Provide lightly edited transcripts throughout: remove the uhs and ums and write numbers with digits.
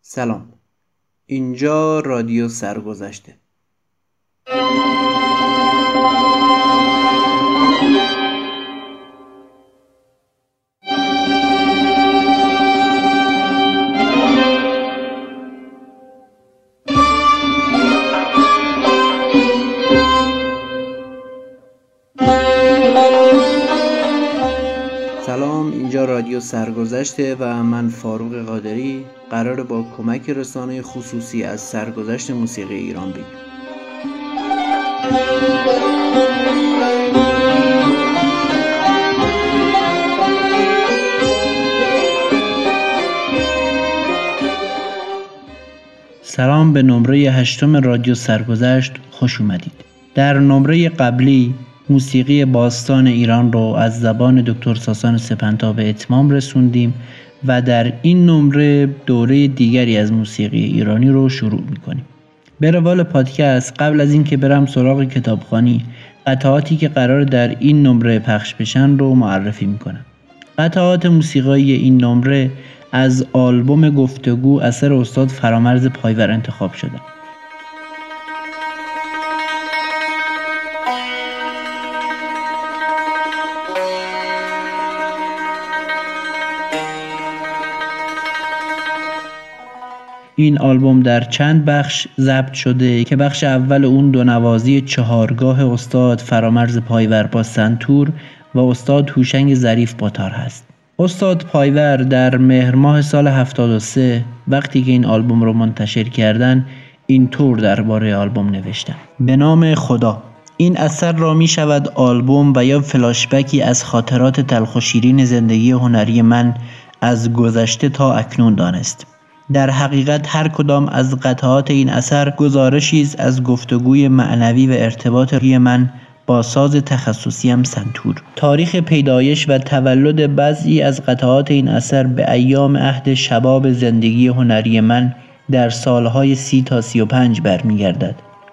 سلام، اینجا رادیو سرگذشته. سلام، اینجا رادیو سرگذشته و من فاروق قادری قراره با کمک رسانه خصوصی از سرگذشت موسیقی ایران بگیم. سلام، به نمره 8 رادیو سرگذشت خوش اومدید. در نمره قبلی موسیقی باستان ایران رو از زبان دکتر ساسان سپنتا به اتمام رسوندیم و در این نمره دوره دیگری از موسیقی ایرانی رو شروع میکنیم. به روال پادکست، قبل از اینکه برم سراغ کتابخوانی، قطعاتی که قرار در این نمره پخش بشن رو معرفی میکنم. قطعات موسیقایی این نمره از آلبوم گفتگو اثر استاد فرامرز پایور انتخاب شدن. این آلبوم در چند بخش ضبط شده که بخش اول اون دو نوازی چهارگاه استاد فرامرز پایور با سنتور و استاد هوشنگ ظریف با تار هست. استاد پایور در مهر ماه سال 73 وقتی که این آلبوم رو منتشر کردن اینطور درباره آلبوم نوشتن: به نام خدا، این اثر را می شود آلبوم و یا فلاشبکی از خاطرات تلخ و شیرین زندگی هنری من از گذشته تا اکنون دانست. در حقیقت هر کدام از قطعات این اثر گزارشی است از گفتگوی معنوی و ارتباط من با ساز تخصصیم سنتور. تاریخ پیدایش و تولد بعضی از قطعات این اثر به ایام عهد شباب زندگی هنری من در سالهای 30 تا 35 برمیگردد.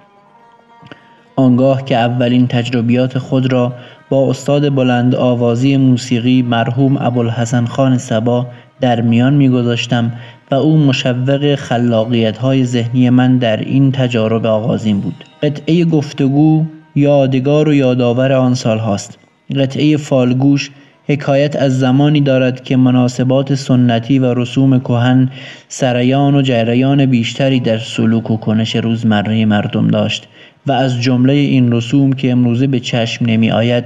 آنگاه که اولین تجربیات خود را با استاد بلند آوازی موسیقی مرحوم ابوالحسن خان صبا در میان می‌گذاشتم و او مشوق خلاقیت‌های ذهنی من در این تجارب آغازین بود. قطعه گفتگو یادگار و یادآور آن سال هاست. قطعه فالگوش حکایت از زمانی دارد که مناسبات سنتی و رسوم کهن سریان و جریان بیشتری در سلوک و کنش روزمره مردم داشت و از جمله این رسوم که امروزه به چشم نمی آید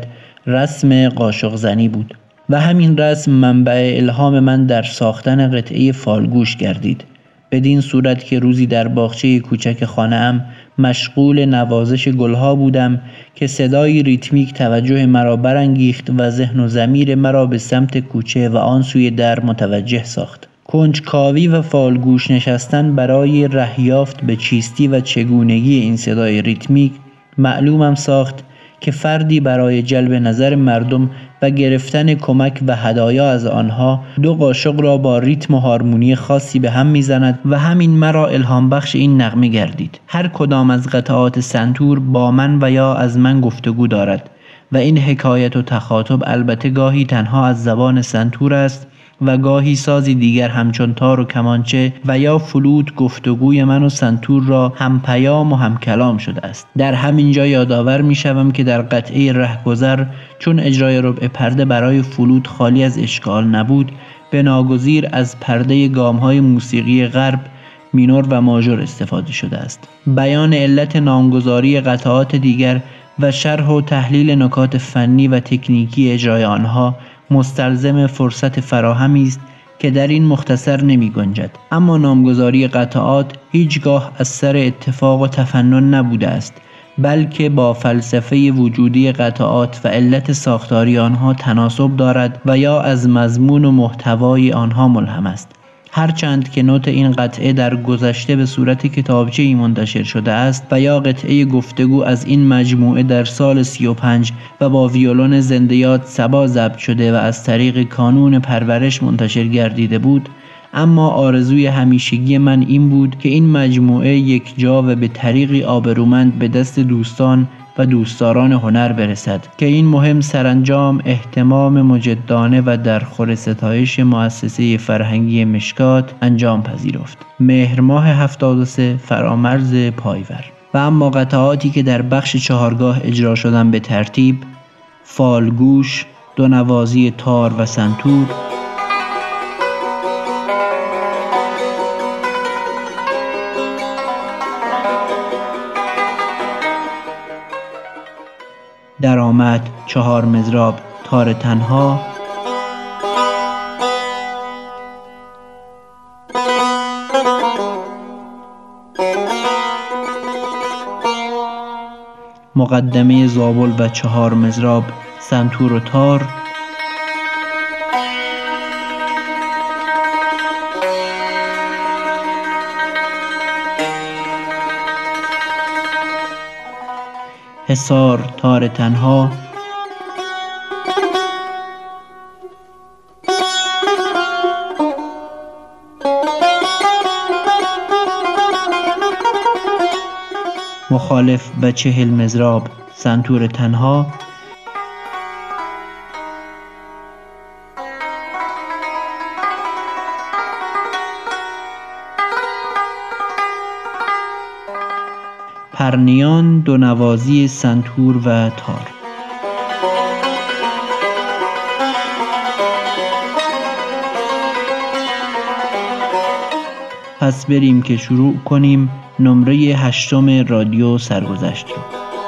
رسم قاشق زنی بود و همین رسم منبع الهام من در ساختن قطعه فالگوش گردید. بدین صورت که روزی در باغچه کوچک خانه‌ام مشغول نوازش گلها بودم که صدای ریتمیک توجه مرا برانگیخت و ذهن و ضمیر مرا به سمت کوچه و آن سوی در متوجه ساخت. کنجکاوی و فالگوش نشستن برای رهیافت به چیستی و چگونگی این صدای ریتمیک معلومم ساخت که فردی برای جلب نظر مردم و گرفتن کمک و هدایا از آنها دو قاشق را با ریتم و هارمونی خاصی به هم میزند و همین مرا الهام بخش این نغمه گردید. هر کدام از قطعات سنتور با من و یا از من گفتگو دارد و این حکایت و تخاطب البته گاهی تنها از زبان سنتور است و گاهی سازی دیگر همچون تار و کمانچه و یا فلوت گفتگوی من و سنتور را هم پیام و هم کلام شده است. در همین جا یادآور می شوم که در قطعه رهگذر چون اجرای ربع پرده برای فلوت خالی از اشکال نبود، به ناگزیر از پرده گام‌های موسیقی غرب مینور و ماژور استفاده شده است. بیان علت نامگذاری قطعات دیگر و شرح و تحلیل نکات فنی و تکنیکی اجرای آنها مستلزم فرصت فراهمی است که در این مختصر نمی گنجد. اما نامگذاری قطعات هیچگاه از سر اتفاق و تفنن نبوده است، بلکه با فلسفه وجودی قطعات و علت ساختاری آنها تناسب دارد و یا از مضمون و محتوای آنها ملهم است. هرچند که نوت این قطعه در گذشته به صورت کتابچه‌ای منتشر شده است و یا قطعه گفتگو از این مجموعه در سال 35 و با ویولون زنده‌یاد صبا ضبط شده و از طریق کانون پرورش منتشر گردیده بود، اما آرزوی همیشگی من این بود که این مجموعه یک جا و به طریقی آبرومند به دست دوستان و دوستداران هنر برسد که این مهم سرانجام اهتمام مجدانه و در خور ستایش مؤسسه فرهنگی مشکات انجام پذیرفت. مهر ماه 73 فرامرز پایور. و اما قطعاتی که در بخش چهارگاه اجرا شدن به ترتیب: فالگوش، دو نوازی تار و سنتور، درآمد، چهار مضراب، تار تنها، مقدمه زابل و چهار مضراب، سنتور و تار، حصار، تار تنها، مخالف و چهل مضراب، سنتور تنها، پرنیان، دو نوازی سنتور و تار. پس بریم که شروع کنیم نمره 8 رادیو سرگذشت رو.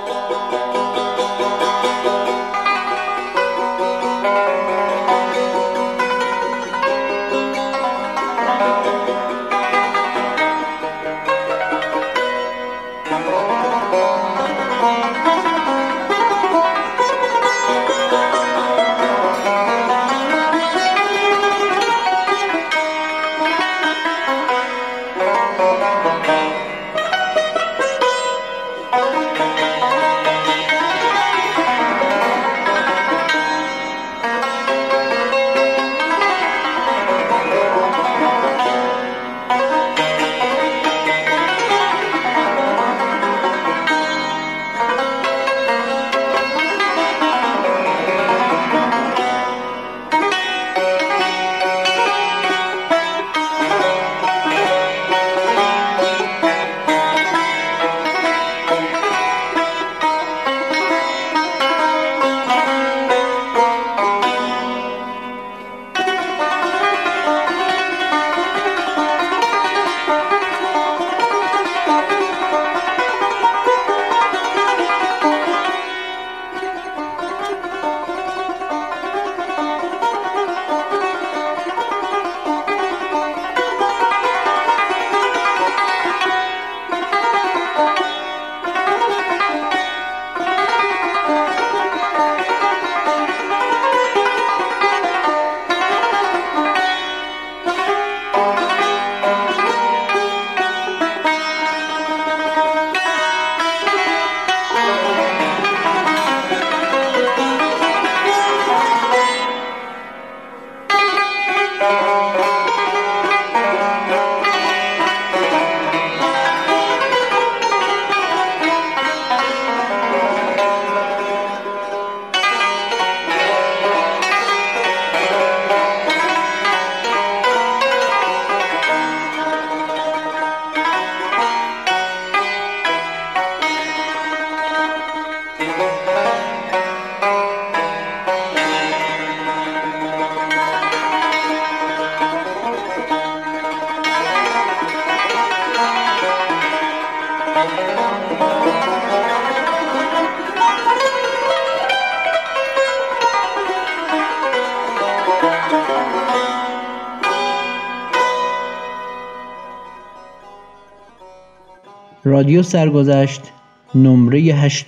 رادیو سرگذشت نمره 8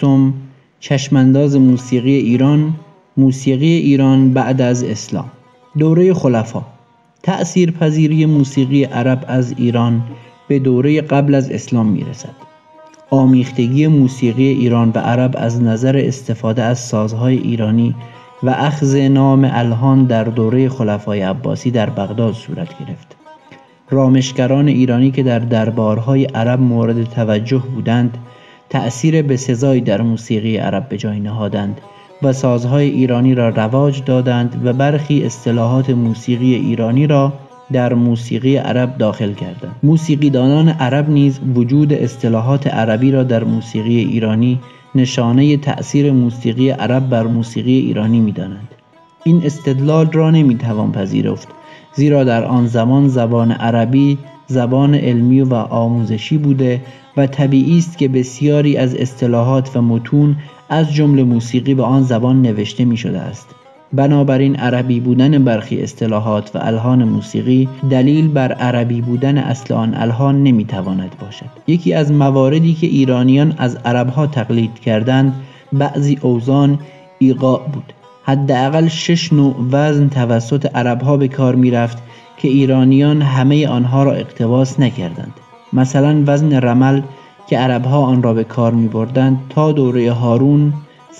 چشمانداز موسیقی ایران، موسیقی ایران بعد از اسلام. دوره خلفا. تأثیرپذیری موسیقی عرب از ایران به دوره قبل از اسلام میرسد. آمیختگی موسیقی ایران و عرب از نظر استفاده از سازهای ایرانی و اخذ نام الحان در دوره خلفای عباسی در بغداد صورت گرفت. رامشگران ایرانی که در دربارهای عرب مورد توجه بودند، تأثیر بسزایی در موسیقی عرب به جای نهادند و سازهای ایرانی را رواج دادند و برخی اصطلاحات موسیقی ایرانی را در موسیقی عرب داخل کردند. موسیقیدانان عرب نیز وجود اصطلاحات عربی را در موسیقی ایرانی نشانه تأثیر موسیقی عرب بر موسیقی ایرانی می‌دانند. این استدلال را نمی‌توان پذیرفت، زیرا در آن زمان زبان عربی زبان علمی و آموزشی بوده و طبیعی است که بسیاری از اصطلاحات و متون از جمله موسیقی به آن زبان نوشته می‌شده است. بنابراین عربی بودن برخی اصطلاحات و الحان موسیقی دلیل بر عربی بودن اصل آن الحان نمی‌تواند باشد. یکی از مواردی که ایرانیان از عرب‌ها تقلید کردند بعضی اوزان ایقاع بود. حداقل 6 نوع وزن توسط عرب‌ها به کار می‌رفت که ایرانیان همه آنها را اقتباس نکردند. مثلا وزن رمل که عرب‌ها آن را به کار می‌بردند تا دوره هارون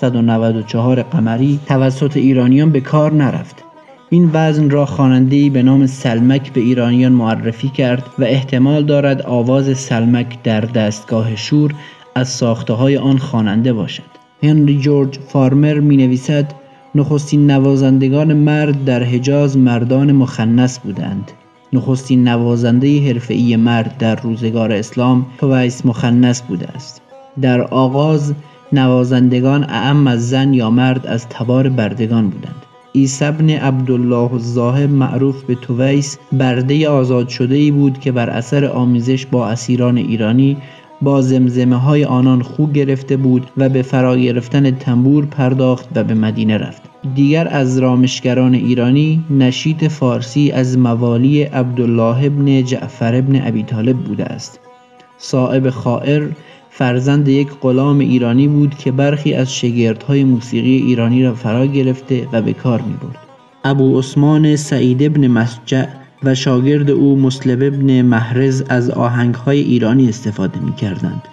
194 قمری توسط ایرانیان به کار نرفت. این وزن را خواننده‌ای به نام سلمک به ایرانیان معرفی کرد و احتمال دارد آواز سلمک در دستگاه شور از ساخته‌های آن خواننده باشد. هنری جورج فارمر می‌نویسد نخستین نوازندگان مرد در حجاز مردان مخنث بودند. نخستین نوازنده حرفه‌ای مرد در روزگار اسلام تویس مخنث بوده است. در آغاز نوازندگان اعم از زن یا مرد از تبار بردگان بودند. عیسی بن عبدالله الزاهب معروف به تویس برده آزاد شده‌ای بود که بر اثر آمیزش با اسیران ایرانی با زمزمه های آنان خو گرفته بود و به فرا گرفتن تنبور پرداخت و به مدینه رفت. دیگر از رامشگران ایرانی نشید فارسی از موالی عبدالله ابن جعفر ابن ابی طالب بوده است. صائب خائر فرزند یک غلام ایرانی بود که برخی از شگردهای موسیقی ایرانی را فرا گرفته و به کار می برد. ابو عثمان سعید ابن مسجع و شاگرد او مسلم ابن محرز از آهنگهای ایرانی استفاده می کردند.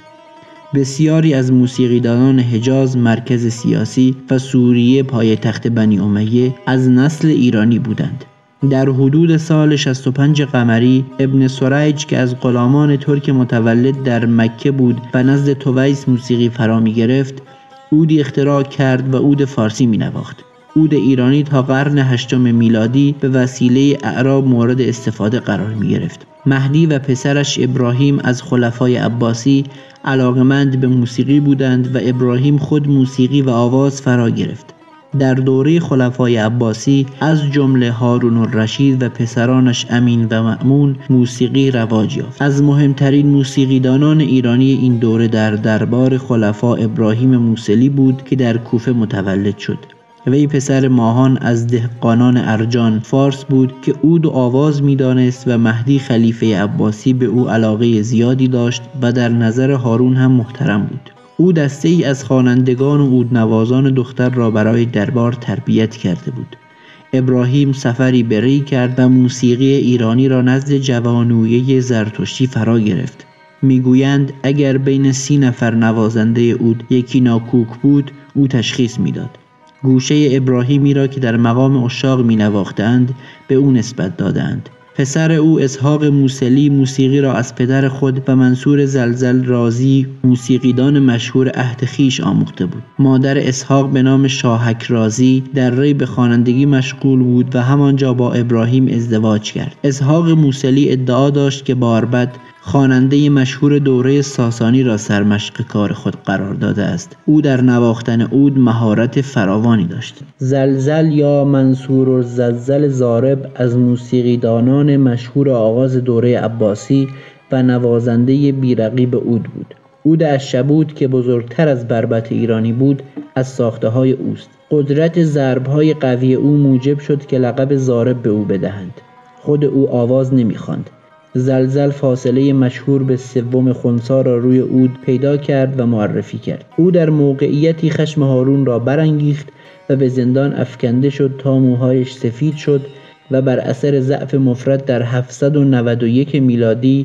بسیاری از موسیقیدانان حجاز مرکز سیاسی و سوریه پایتخت بنی امیه از نسل ایرانی بودند. در حدود سال 65 قمری ابن سریج که از غلامان ترک متولد در مکه بود و نزد تویس موسیقی فرا می گرفت، عودی اختراع کرد و عود فارسی می نواخت. عود ایرانی تا قرن 8 میلادی به وسیله اعراب مورد استفاده قرار می گرفت. مهدی و پسرش ابراهیم از خلفای عباسی علاقمند به موسیقی بودند و ابراهیم خود موسیقی و آواز فرا گرفت. در دوره خلفای عباسی از جمله هارون الرشید و پسرانش امین و مأمون موسیقی رواج یافت. از مهمترین موسیقیدانان ایرانی این دوره در دربار خلفا ابراهیم موصلی بود که در کوفه متولد شد. وی پسر ماهان از دهقانان ارجان فارس بود که عود و آواز می‌دانست و مهدی خلیفه عباسی به او علاقه زیادی داشت و در نظر هارون هم محترم بود. او دسته‌ای از خوانندگان و عودنوازان دختر را برای دربار تربیت کرده بود. ابراهیم سفری به ری کرد و موسیقی ایرانی را نزد جوانویه زرتشتی فرا گرفت. میگویند اگر بین 30 نفر نوازنده عود یکی ناکوک بود، او تشخیص میداد. گوشه ابراهیمی را که در مقام عشاق می نواختند به او نسبت دادند. پسر او اسحاق موصلی موسیقی را از پدر خود و منصور زلزل رازی موسیقیدان مشهور عهد خویش آموخته بود. مادر اسحاق به نام شاهک رازی در ری به خوانندگی مشغول بود و همانجا با ابراهیم ازدواج کرد. اسحاق موصلی ادعا داشت که باربد خواننده مشهور دوره ساسانی را سرمشق کار خود قرار داده است. او در نواختن عود مهارت فراوانی داشت. زلزل یا منصور الزلزل ضارب از موسیقیدانان مشهور آغاز دوره عباسی و نوازنده بیرقیب عود بود. عود اشبود که بزرگتر از بربط ایرانی بود از ساخته‌های اوست. قدرت ضرب‌های قوی او موجب شد که لقب ضارب به او بدهند. خود او آواز نمی‌خواند. زلزل فاصله مشهور به 3 خنثی را روی عود پیدا کرد و معرفی کرد. او در موقعیتی خشم هارون را برانگیخت و به زندان افکنده شد تا موهایش سفید شد و بر اثر ضعف مفرط در 791 میلادی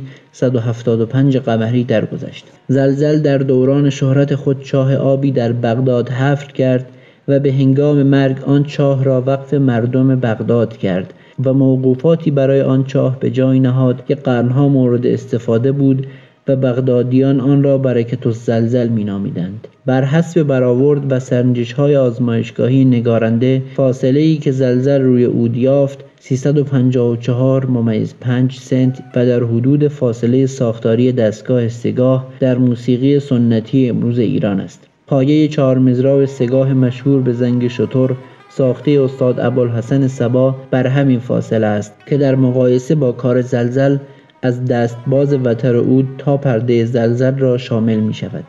175 قمری درگذشت. زلزل در دوران شهرت خود چاه آبی در بغداد حفر کرد و به هنگام مرگ آن چاه را وقف مردم بغداد کرد و موقوفاتی برای آن چاه به جای نهاد که قرنها مورد استفاده بود و بغدادیان آن را برکت الزلزل می‌نامیدند. بر حسب برآورد و سنجش‌های آزمایشگاهی نگارنده، فاصله‌ای که زلزله روی عود یافت 354.5 سنت و در حدود فاصله ساختاری دستگاه سگاه در موسیقی سنتی امروز ایران است. پایه 4 مضراب سگاه مشهور به زنگ شتر ساخته استاد ابوالحسن صبا بر همین فاصله است که در مقایسه با کار زلزل از دستباز وتر عود تا پرده زلزل را شامل می شود.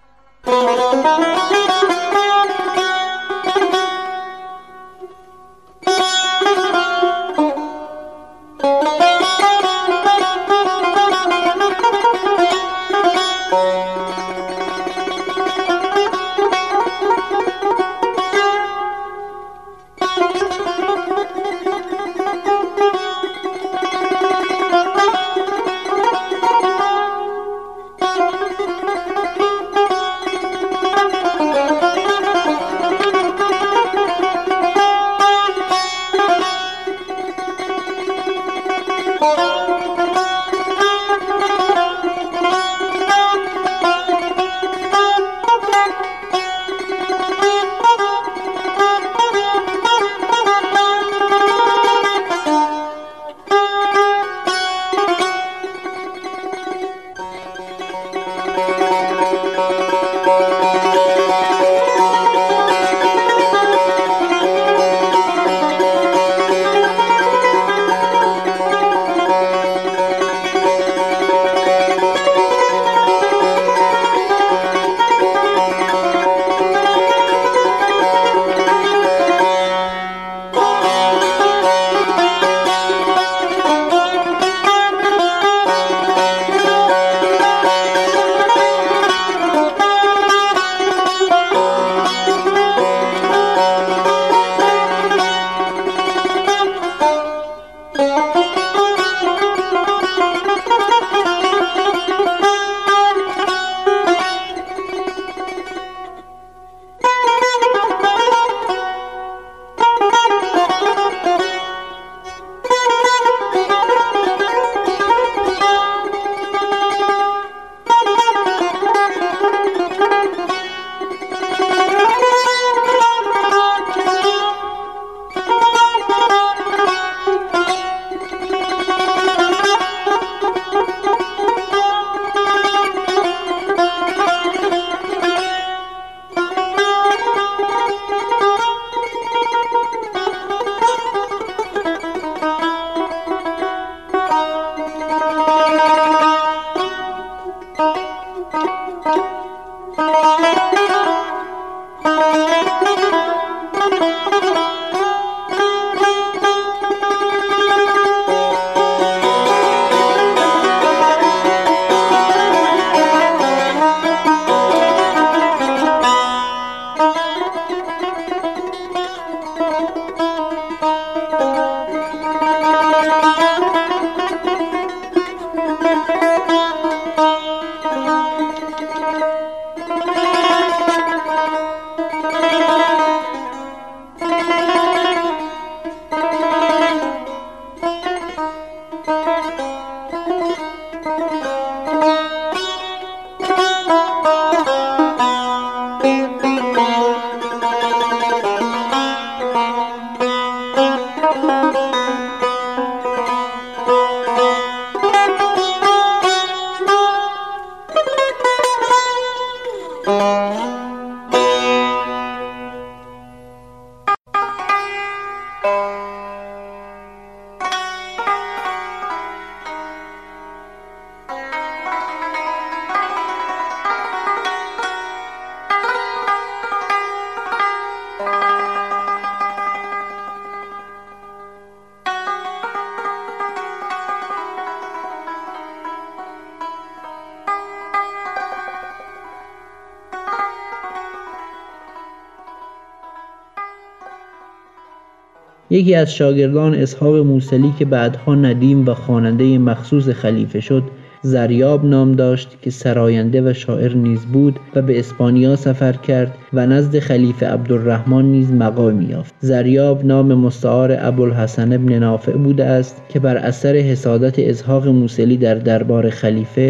یکی از شاگردان اسحاق موصلی که بعدها ندیم و خواننده مخصوص خلیفه شد، زریاب نام داشت که سراینده و شاعر نیز بود و به اسپانیا سفر کرد و نزد خلیفه عبدالرحمن نیز مقامی یافت. زریاب نام مستعار ابوالحسن ابن نافع بوده است که بر اثر حسادت اسحاق موصلی در دربار خلیفه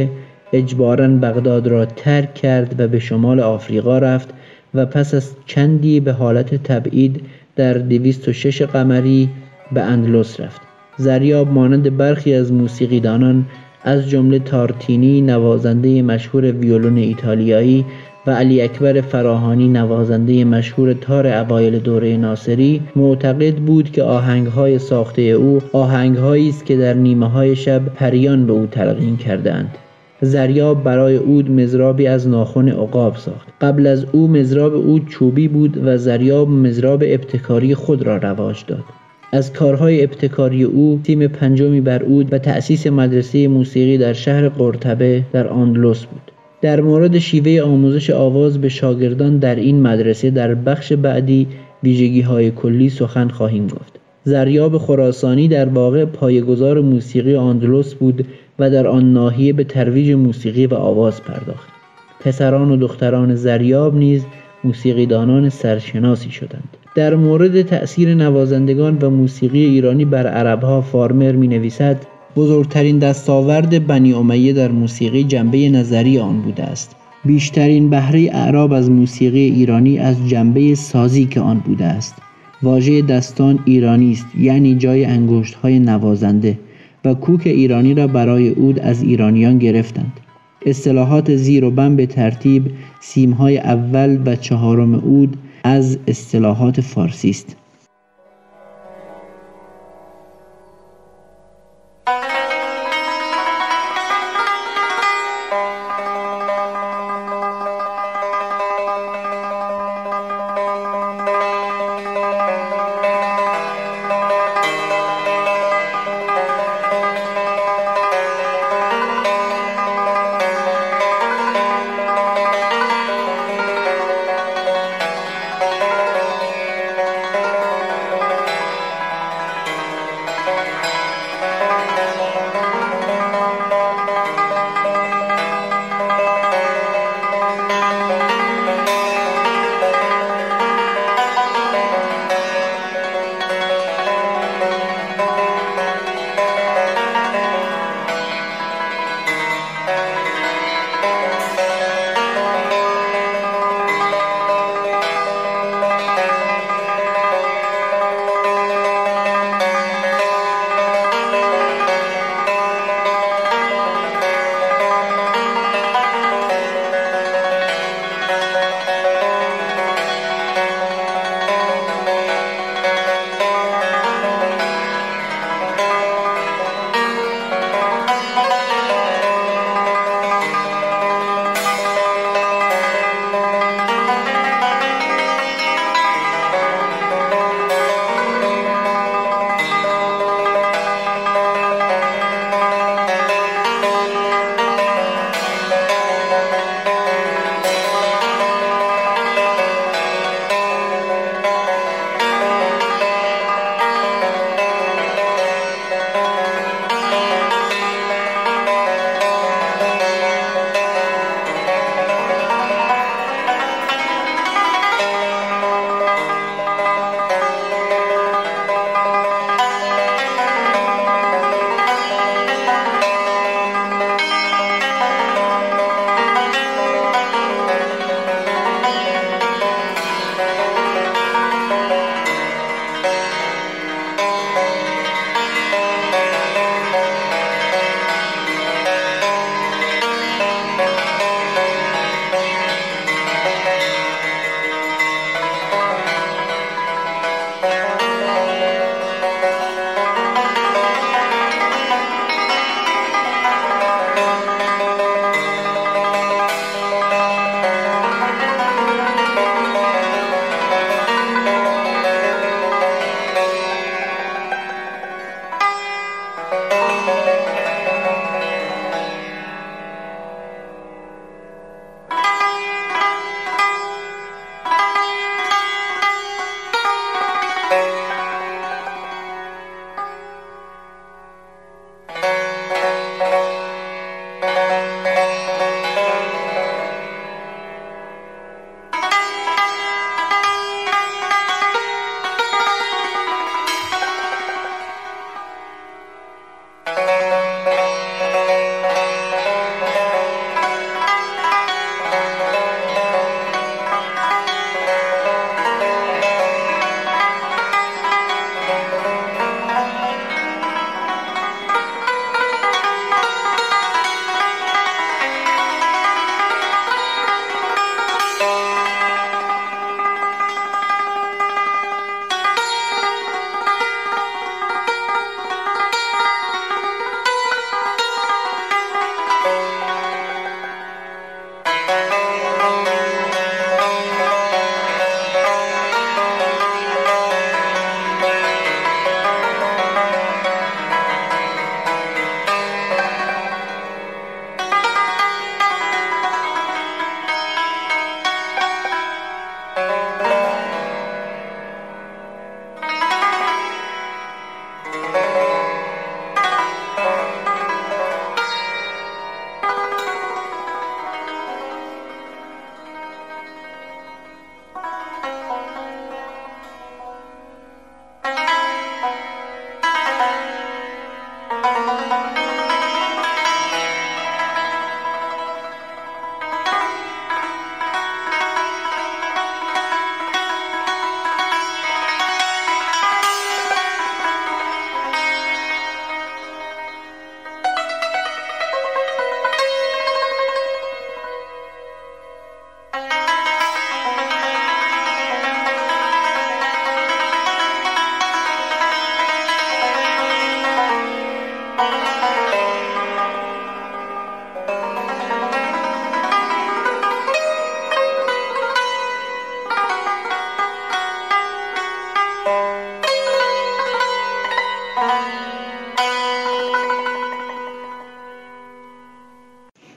اجباراً بغداد را ترک کرد و به شمال آفریقا رفت و پس از چندی به حالت تبعید در 206 قمری به اندلس رفت. زریاب مانند برخی از موسیقیدانان از جمله تارتینی نوازنده مشهور ویولون ایتالیایی و علی اکبر فراهانی نوازنده مشهور تار اوایل دوره ناصری معتقد بود که آهنگ‌های ساخته او آهنگ‌هایی است که در نیمه‌های شب پریان به او تلقین کردند. زریاب برای عود مضرابی از ناخن عقاب ساخت. قبل از او مضراب عود چوبی بود و زریاب مضراب ابتکاری خود را رواج داد. از کارهای ابتکاری او تیم پنجمی بر عود و تأسیس مدرسه موسیقی در شهر قرطبه در اندلس بود. در مورد شیوه آموزش آواز به شاگردان در این مدرسه در بخش بعدی ویژگی‌های کلی سخن خواهیم گفت. زریاب خراسانی در واقع پایه‌گذار موسیقی اندلس بود و در آن ناحیه به ترویج موسیقی و آواز پرداخت. پسران و دختران زریاب نیز موسیقیدانان سرشناسی شدند. در مورد تأثیر نوازندگان و موسیقی ایرانی بر عرب‌ها فارمر می‌نویسد: بزرگترین دستاورد بنی امیه در موسیقی جنبه نظری آن بوده است. بیشترین بهره اعراب از موسیقی ایرانی از جنبه سازی که آن بوده است. واژه دستان ایرانی است، یعنی جای انگشت‌های نوازنده، و کوک ایرانی را برای عود از ایرانیان گرفتند. اصطلاحات زیر و بم به ترتیب سیم‌های اول و چهارم عود از اصطلاحات فارسی است.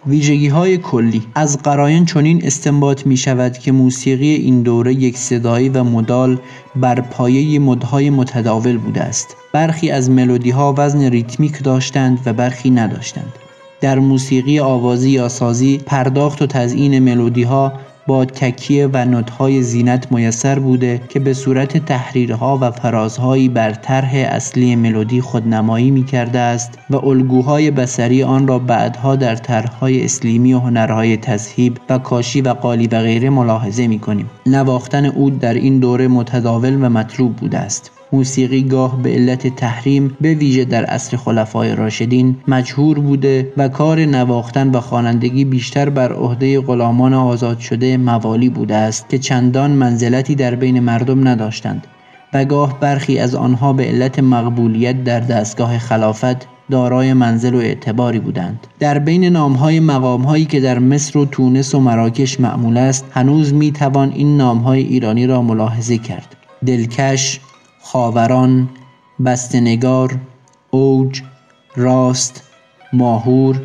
ویژگی‌های کلی: از قرائن چنین استنباط می‌شود که موسیقی این دوره یک صدایی و مدال بر پایه مدهای متداول بوده است. برخی از ملودی‌ها وزن ریتمیک داشتند و برخی نداشتند. در موسیقی آوازی یا سازی، پرداخت و تزیین ملودی‌ها با تکیه و نوت‌های زینت میسر بوده که به صورت تحریرها و فرازهایی بر طرح اصلی ملودی خودنمایی می‌کرده است و الگوهای بصری آن را بعدها در طرح‌های اسلیمی و هنرهای تذهیب و کاشی و قالی و غیره ملاحظه می‌کنیم. نواختن عود در این دوره متداول و مطلوب بوده است. موسیقی گاه به علت تحریم به ویژه در عصر خلفای راشدین مجهور بوده و کار نواختن و خوانندگی بیشتر بر عهده غلامان آزاد شده موالی بوده است که چندان منزلتی در بین مردم نداشتند و گاه برخی از آنها به علت مقبولیت در دستگاه خلافت دارای منزل و اعتباری بودند. در بین نامهای مقامهایی که در مصر و تونس و مراکش معمول است هنوز میتوان این نامهای ایرانی را ملاحظه کرد: دلکش، خاوران، بسته‌نگار، اوج، راست، ماهور،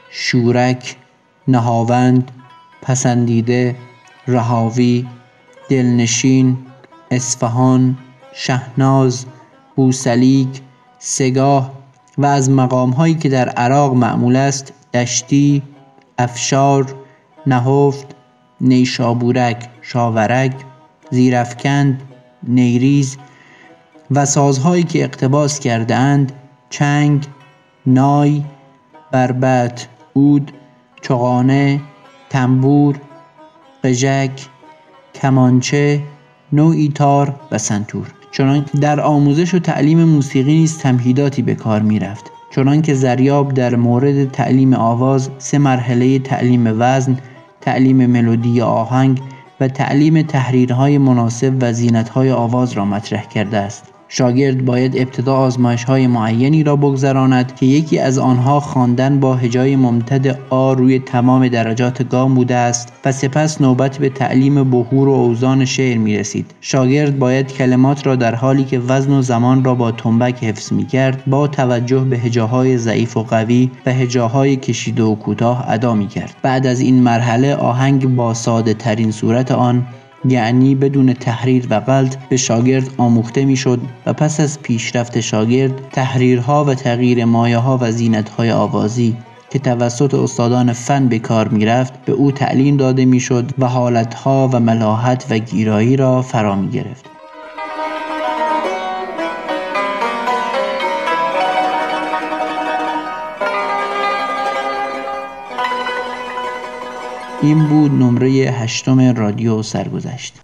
شورک، نهاوند، پسندیده، رهاوی، دلنشین، اصفهان، شهناز، بوسلیک، سگاه و از مقام‌هایی که در عراق معمول است دشتی، افشار، نهفت، نیشابورک، شاورک، زیرافکند، نیریز و سازهایی که اقتباس کرده اند چنگ، نای، بربط، عود، چغانه، تنبور، قژک، کمانچه، نوعی تار و سنتور. چنان در آموزش و تعلیم موسیقی نیز تمهیداتی به کار می رفت. چنان که زریاب در مورد تعلیم آواز 3 مرحله تعلیم وزن، تعلیم ملودی یا آهنگ و تعلیم تحریرهای مناسب و زینتهای آواز را مطرح کرده است. شاگرد باید ابتدا آزمایش‌های معینی را بگذراند که یکی از آنها خواندن با هجای ممتد آ روی تمام درجات گام بوده است و سپس نوبت به تعلیم بحور و اوزان شعر می‌رسید. شاگرد باید کلمات را در حالی که وزن و زمان را با تنبک حفظ می‌کرد با توجه به هجاهای ضعیف و قوی و هجاهای کشیده و کوتاه ادا می‌کرد. بعد از این مرحله آهنگ با ساده ترین صورت آن، یعنی بدون تحریر و غلط، به شاگرد آموخته میشد و پس از پیشرفت شاگرد تحریرها و تغییر مایه‌ها و زینت‌های آوازی که توسط استادان فن به کار می‌رفت به او تعلیم داده میشد و حالت‌ها و ملاحت و گیرایی را فرا می‌گرفت. این بود نمره 8 رادیو سرگذشت.